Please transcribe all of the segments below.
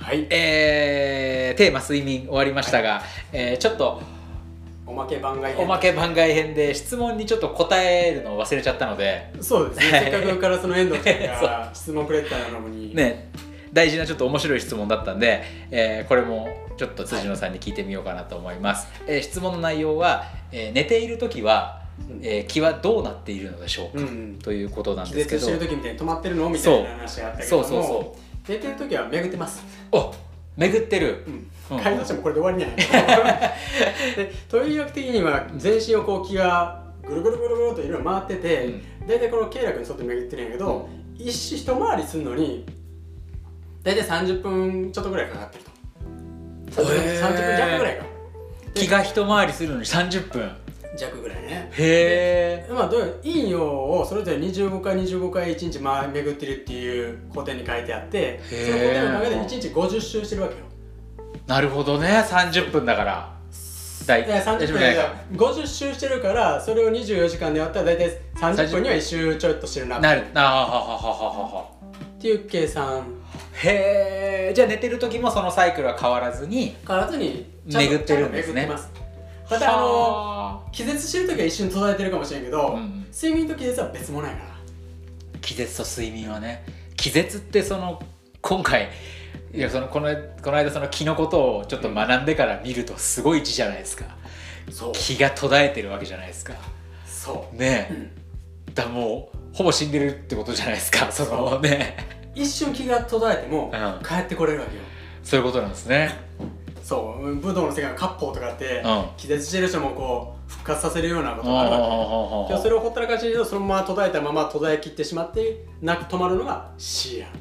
はい、 テーマ睡眠終わりましたが、ちょっとおまけ番外編で質問にちょっと答えるのを忘れちゃったので、 そうですねせっかくからその遠藤ちゃんが質問くれたのにね、大事なちょっと面白い質問だったんで、これもちょっと辻野さんに聞いてみようかなと思います。質問の内容は、寝ている時は気はどうなっているのでしょうか、ということなんですけど、 気絶してる時みたいに止まってるのみたいな話があったけども、 そう寝てる時は巡ってます。 お、巡ってる。 回答してもこれで終わりにはないで、統計学的には全身をこう気がぐるぐるぐるぐるといろいろ回ってて、大体この経絡に沿って巡ってるんやけど、一回りするのに大体30分ちょっとぐらいかかってると。30分弱ぐらいか。 気が一回りするのに30分弱ぐらいね。 へえ。 まあどういう陰陽をそれぞれ25回25回1日巡ってるっていう古典に書いてあって、その古典の中で1日50周してるわけよ。 なるほどね、30分だから 30分で50周してるから、それを24時間で割ったら大体30分には1周ちょっとしてるなっていう計算。 へえ。じゃあ寝てる時もそのサイクルは変わらずに巡ってるんですね。 ただ気絶してる時は一瞬途絶えてるかもしれんけど、睡眠と気絶は別物やから。 気絶と睡眠はね、気絶って今回この間その気のことをちょっと学んでから見るとすごい字じゃないですか。気が途絶えてるわけじゃないですか。 そうねえ、だもうほぼ死んでるってことじゃないですか。 一瞬気が途絶えても帰ってこれるわけよ。 そういうことなんですね。 そう武道の世界の割烹とかって気絶してる人もこう復活させるようなことがあるわけよ。それをほったらかしにそのまま途絶えたまま途絶え切ってしまってなく止まるのが死や。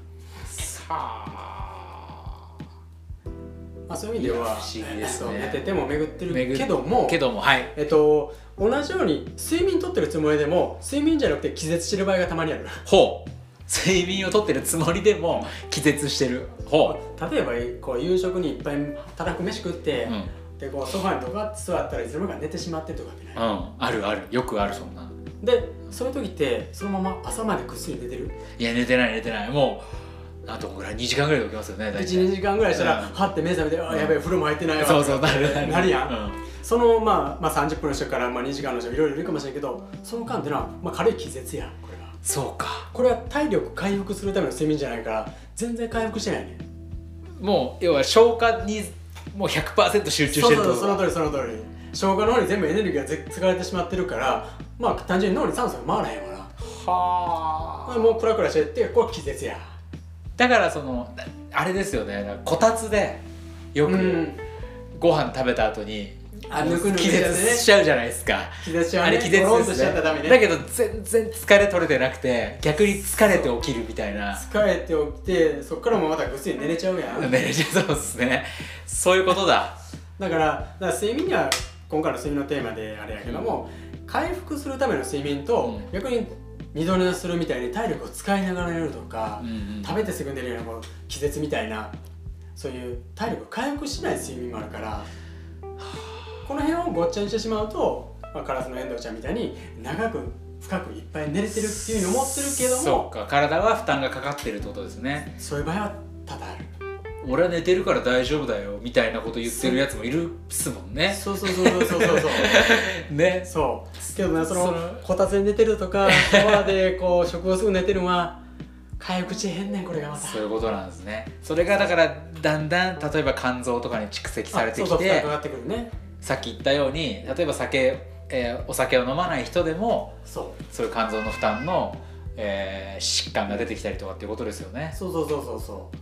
そういう意味では不思議ですね。 寝てても巡ってるけども、 はい、 同じように睡眠とってるつもりでも睡眠じゃなくて気絶してる場合がたまにある。 ほう。睡眠をとってるつもりでも気絶してる。ほう。例えばこう夕食にいっぱいたらく飯食って、でこうソファにドカッと座ったらいつの間にか寝てしまってとかってない。 あるある、よくある。そんなでそういう時ってそのまま朝までぐっすり寝てる？ いや寝てない。もうあとぐらい2時間ぐらいで起きますよね。 1,2 時間ぐらいしたらはって目覚めて、やべえ風呂も入ってないわ。 そうなるやん。その30分の人から2時間の人いろいろいるかもしれんけど、その間ってのは軽い気絶やん。これはそうか。 これは体力回復するための睡眠じゃないから全然回復してないね。 もう要は消化にもう 100% 集中してると。 その通り消化の方に全部エネルギーが使われてしまってるから、単純に脳に酸素が回らへんわな。はあ。もうクラクラしてってこれ気絶や。 だからあれですよね、こたつでよくご飯食べた後に気絶しちゃうじゃないですか。 気絶しちゃうね。 あれ気絶ですね。だけど全然疲れ取れてなくて逆に疲れて起きるみたいな。 疲れて起きてそっからもまたぐっすり寝れちゃうやん。 寝れちゃう。そうですね。そういうことだ。 だから睡眠には今回の睡眠のテーマであれやけども、回復するための睡眠と逆に二度寝するみたいに体力を使いながら寝るとか、食べてすぐ寝るような気絶みたいなそういう体力を回復しない睡眠もあるから、この辺をごっちゃにしてしまうと、カラスの遠藤ちゃんみたいに長く深くいっぱい寝れてるっていうふうに思ってるけども、 そうか、体は負担がかかってるってことですね。 そういう場合は多々ある。 俺は寝てるから大丈夫だよみたいなこと言ってるやつもいるっすもんね。 そうね。 そうけどね、こたつに寝てるとかソファーで食後すぐ寝てるのは回復しへんねん。これがまたそういうことなんですね。それがだからだんだん例えば肝臓とかに蓄積されてきて、 かかってくるね。 さっき言ったように例えばお酒を飲まない人でもそういう肝臓の負担の、疾患が出てきたりとかっていうことですよね。 そう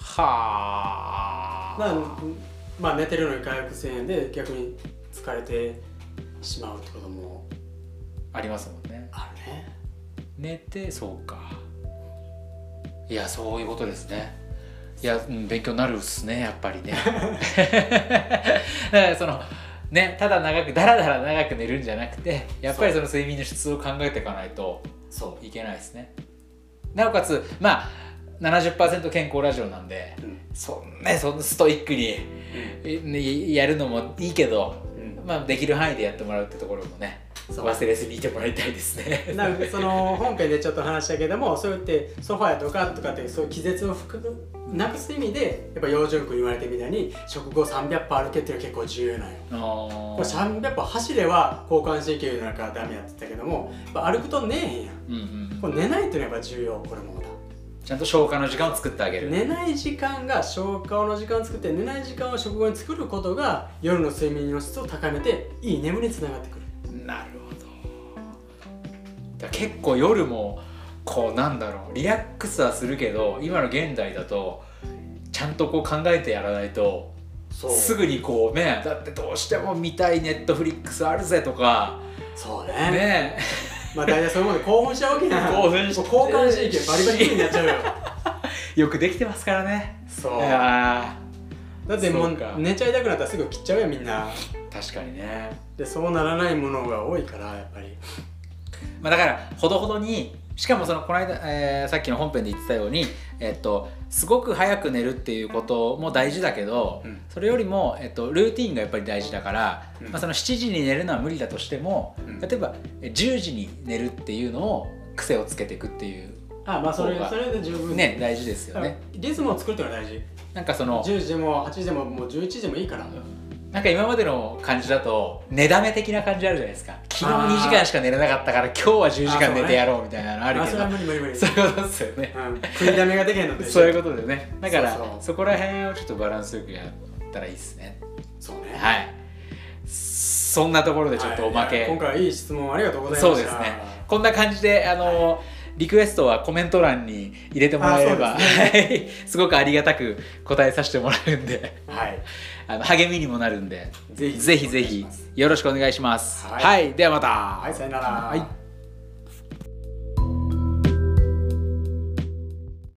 はあ。寝てるのに回復せんで逆に疲れてしまうってこともありますもんね。 あるね。 寝てそうか。いやそういうことですね。いや、勉強になるっすねやっぱりね。だからね、ただだらだら長く寝るんじゃなくて、やっぱりその睡眠の質を考えていかないといけないですね。なおかつ70% 健康ラジオなんで、そんなストイックに、やるのもいいけど、できる範囲でやってもらうってところもね忘れずにいてもらいたいですね。 なんかその本編でちょっと話したけども、そうやってソファーとかってそういう気絶をなくす意味でやっぱ養生君言われてみたいに食後300歩歩けっていうのは結構重要なんよ。これ300歩走れは交感神経の中ダメやって言ったけども、やっぱ歩くと寝えへんやん、これ寝ないっていうのはやっぱ重要。これもまたちゃんと消化の時間を作ってあげる。 寝ない時間が消化の時間を作って、寝ない時間を食後に作ることが夜の睡眠の質を高めていい眠りにつながってくる。 なるほど。だ結構夜もこうなんだろう、リラックスはするけど今の現代だとちゃんとこう考えてやらないとすぐにこうね、だってどうしても見たいネットフリックスあるぜとか。 そうねまあ大体そういうもので興奮しちゃうわけやん。 興奮して交感神経バリバリになっちゃうよ。 よくできてますからね。 そうだってもう寝ちゃいたくなったらすぐ切っちゃうよみんな。 確かにね。でそうならないものが多いからやっぱり、 まあ、だからほどほどに、しかもこの間、さっきの本編で言ってたように、すごく早く寝るっていうことも大事だけど、それよりも、ルーティンがやっぱり大事だから、まあ、その7時に寝るのは無理だとしても、例えば10時に寝るっていうのを癖をつけていくっていう、 まあそれで十分ね、大事ですよね。 リズムを作るっていうのが大事。 なんか10 時でも8時でももう11時でもいいから、 なんか今までの感じだと寝だめ的な感じあるじゃないですか。昨日2時間しか寝れなかったから今日は10時間寝てやろうみたいなのあるけど、 それは無理そういうことですよね。 食いだめができへんのでそういうことでね。だからそこら辺をちょっとバランスよくやったらいいですね。 そうね。 はい。そんなところでちょっとおまけ、 今回はいい質問ありがとうございました。 そうですね。こんな感じでリクエストはコメント欄に入れてもらえれば、すごくありがたく答えさせてもらうんで、励みにもなるんで、ぜひぜひよろしくお願いします。はい、ではまた。 はい、さよなら。 はい。